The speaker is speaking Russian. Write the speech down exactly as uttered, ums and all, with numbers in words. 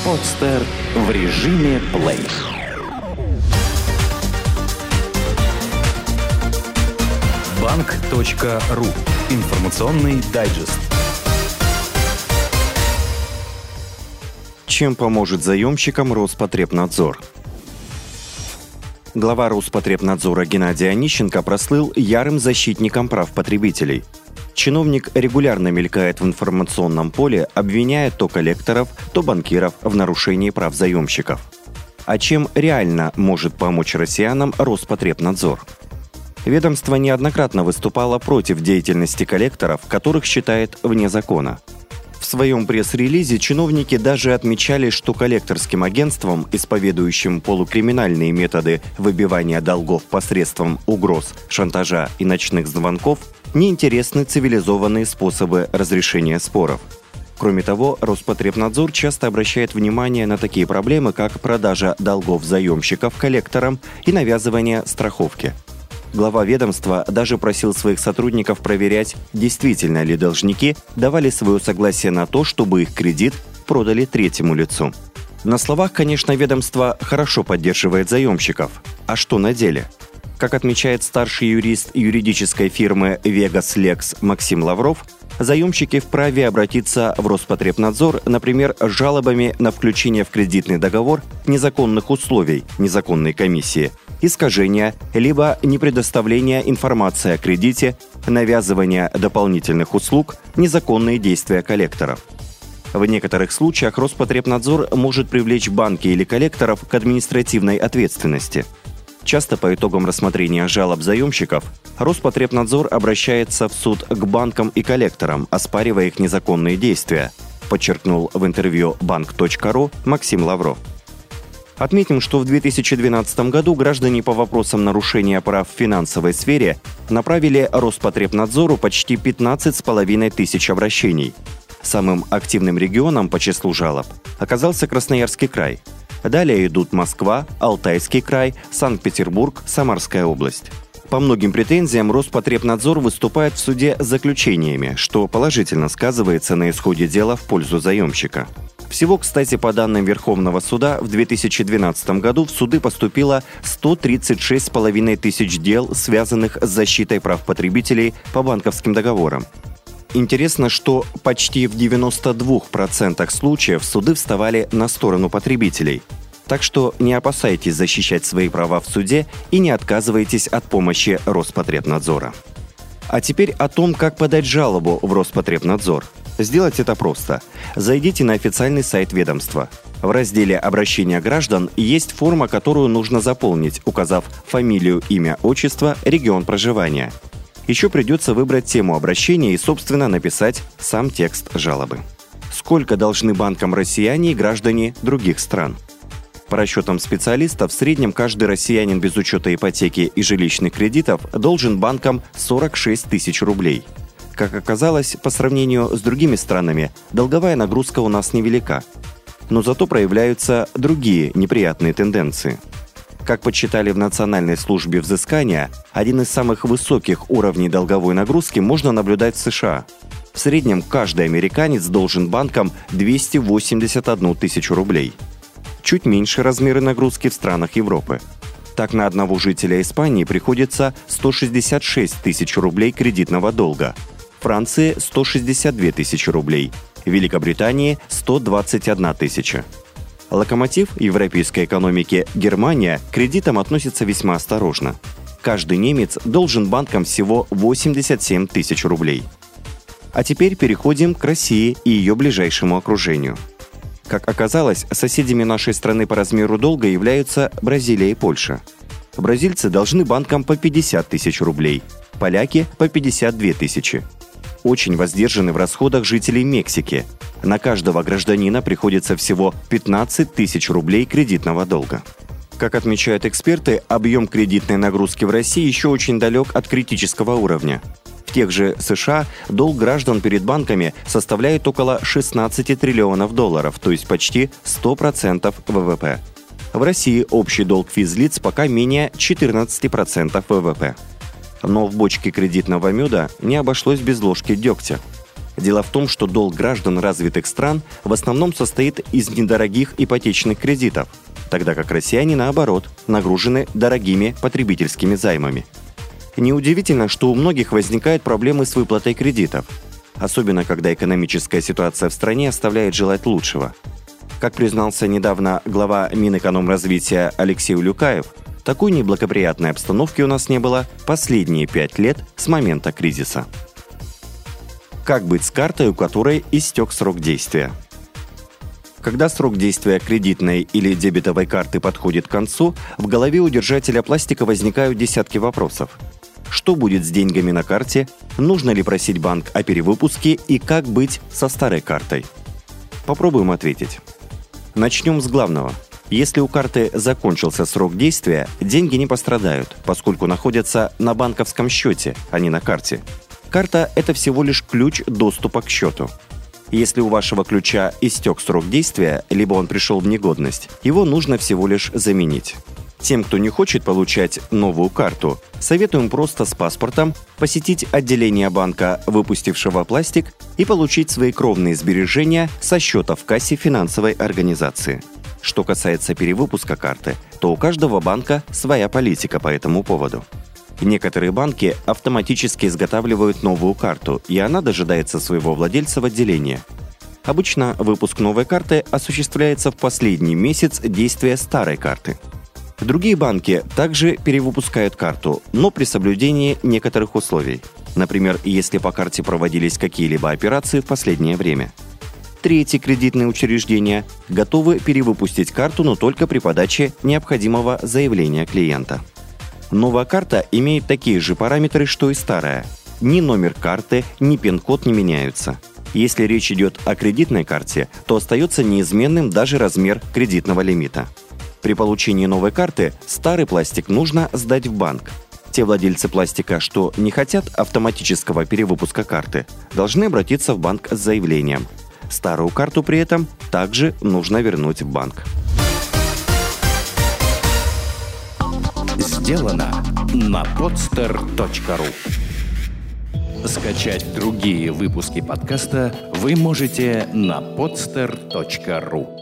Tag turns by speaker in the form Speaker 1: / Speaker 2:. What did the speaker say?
Speaker 1: Подстер в режиме плей. Банк.ру. Информационный дайджест.
Speaker 2: Чем поможет заемщикам Роспотребнадзор? Глава Роспотребнадзора Геннадий Онищенко прослыл ярым защитником прав потребителей. Чиновник регулярно мелькает в информационном поле, обвиняя то коллекторов, то банкиров в нарушении прав заемщиков. А чем реально может помочь россиянам Роспотребнадзор? Ведомство неоднократно выступало против деятельности коллекторов, которых считает вне закона. В своем пресс-релизе чиновники даже отмечали, что коллекторским агентствам, исповедующим полукриминальные методы выбивания долгов посредством угроз, шантажа и ночных звонков, неинтересны цивилизованные способы разрешения споров. Кроме того, Роспотребнадзор часто обращает внимание на такие проблемы, как продажа долгов заемщиков коллекторам и навязывание страховки. Глава ведомства даже просил своих сотрудников проверять, действительно ли должники давали свое согласие на то, чтобы их кредит продали третьему лицу. На словах, конечно, ведомство хорошо поддерживает заемщиков. А что на деле? Как отмечает старший юрист юридической фирмы Vegas Lex Максим Лавров, заемщики вправе обратиться в Роспотребнадзор, например, с жалобами на включение в кредитный договор незаконных условий, незаконной комиссии, искажения, либо непредоставление информации о кредите, навязывание дополнительных услуг, незаконные действия коллекторов. В некоторых случаях Роспотребнадзор может привлечь банки или коллекторов к административной ответственности. Часто по итогам рассмотрения жалоб заемщиков Роспотребнадзор обращается в суд к банкам и коллекторам, оспаривая их незаконные действия, подчеркнул в интервью банк.ру Максим Лавров. Отметим, что в две тысячи двенадцатом году граждане по вопросам нарушения прав в финансовой сфере направили Роспотребнадзору почти пятнадцать с половиной тысяч обращений. Самым активным регионом по числу жалоб оказался Красноярский край. Далее идут Москва, Алтайский край, Санкт-Петербург, Самарская область. По многим претензиям Роспотребнадзор выступает в суде с заключениями, что положительно сказывается на исходе дела в пользу заемщика. Всего, кстати, по данным Верховного суда, в две тысячи двенадцатом году в суды поступило сто тридцать шесть с половиной тысяч дел, связанных с защитой прав потребителей по банковским договорам. Интересно, что почти в девяноста двух процентах случаев суды вставали на сторону потребителей. Так что не опасайтесь защищать свои права в суде и не отказывайтесь от помощи Роспотребнадзора. А теперь о том, как подать жалобу в Роспотребнадзор. Сделать это просто. Зайдите на официальный сайт ведомства. В разделе «Обращения граждан» есть форма, которую нужно заполнить, указав фамилию, имя, отчество, регион проживания. Еще придется выбрать тему обращения и, собственно, написать сам текст жалобы. Сколько должны банкам россияне и граждане других стран? По расчетам специалистов, в среднем каждый россиянин без учета ипотеки и жилищных кредитов должен банкам сорок шесть тысяч рублей. Как оказалось, по сравнению с другими странами, долговая нагрузка у нас невелика. Но зато проявляются другие неприятные тенденции. Как подсчитали в Национальной службе взыскания, один из самых высоких уровней долговой нагрузки можно наблюдать в США. В среднем каждый американец должен банкам двести восемьдесят одну тысячу рублей. Чуть меньше размеры нагрузки в странах Европы. Так, на одного жителя Испании приходится сто шестьдесят шесть тысяч рублей кредитного долга, Франции – сто шестьдесят две тысячи рублей, Великобритании – сто двадцать одна тысяча. Локомотив европейской экономики Германия к кредитам относится весьма осторожно. Каждый немец должен банкам всего восемьдесят семь тысяч рублей. А теперь переходим к России и ее ближайшему окружению. Как оказалось, соседями нашей страны по размеру долга являются Бразилия и Польша. Бразильцы должны банкам по пятьдесят тысяч рублей, поляки – по пятьдесят две тысячи. Очень воздержаны в расходах жители Мексики. На каждого гражданина приходится всего пятнадцать тысяч рублей кредитного долга. Как отмечают эксперты, объем кредитной нагрузки в России еще очень далек от критического уровня. В тех же США долг граждан перед банками составляет около шестнадцать триллионов долларов, то есть почти сто процентов вэ вэ пэ. В России общий долг физлиц пока менее четырнадцать процентов вэ вэ пэ. Но в бочке кредитного меда не обошлось без ложки дегтя. Дело в том, что долг граждан развитых стран в основном состоит из недорогих ипотечных кредитов, тогда как россияне, наоборот, нагружены дорогими потребительскими займами. Неудивительно, что у многих возникают проблемы с выплатой кредитов, особенно когда экономическая ситуация в стране оставляет желать лучшего. Как признался недавно глава Минэкономразвития Алексей Улюкаев, такой неблагоприятной обстановки у нас не было последние пять лет с момента кризиса. Как быть с картой, у которой истек срок действия? Когда срок действия кредитной или дебетовой карты подходит к концу, в голове у держателя пластика возникают десятки вопросов. Что будет с деньгами на карте? Нужно ли просить банк о перевыпуске? И как быть со старой картой? Попробуем ответить. Начнем с главного. Если у карты закончился срок действия, деньги не пострадают, поскольку находятся на банковском счете, а не на карте. Карта – это всего лишь ключ доступа к счету. Если у вашего ключа истек срок действия, либо он пришел в негодность, его нужно всего лишь заменить. Тем, кто не хочет получать новую карту, советуем просто с паспортом посетить отделение банка, выпустившего пластик, и получить свои кровные сбережения со счета в кассе финансовой организации. Что касается перевыпуска карты, то у каждого банка своя политика по этому поводу. Некоторые банки автоматически изготавливают новую карту, и она дожидается своего владельца в отделении. Обычно выпуск новой карты осуществляется в последний месяц действия старой карты. Другие банки также перевыпускают карту, но при соблюдении некоторых условий. Например, если по карте проводились какие-либо операции в последнее время. Третьи кредитные учреждения готовы перевыпустить карту, но только при подаче необходимого заявления клиента. Новая карта имеет такие же параметры, что и старая. Ни номер карты, ни пин-код не меняются. Если речь идет о кредитной карте, то остается неизменным даже размер кредитного лимита. При получении новой карты старый пластик нужно сдать в банк. Те владельцы пластика, что не хотят автоматического перевыпуска карты, должны обратиться в банк с заявлением. Старую карту при этом также нужно вернуть в банк.
Speaker 1: Сделано на подстер точка ру. Скачать другие выпуски подкаста вы можете на подстер точка ру.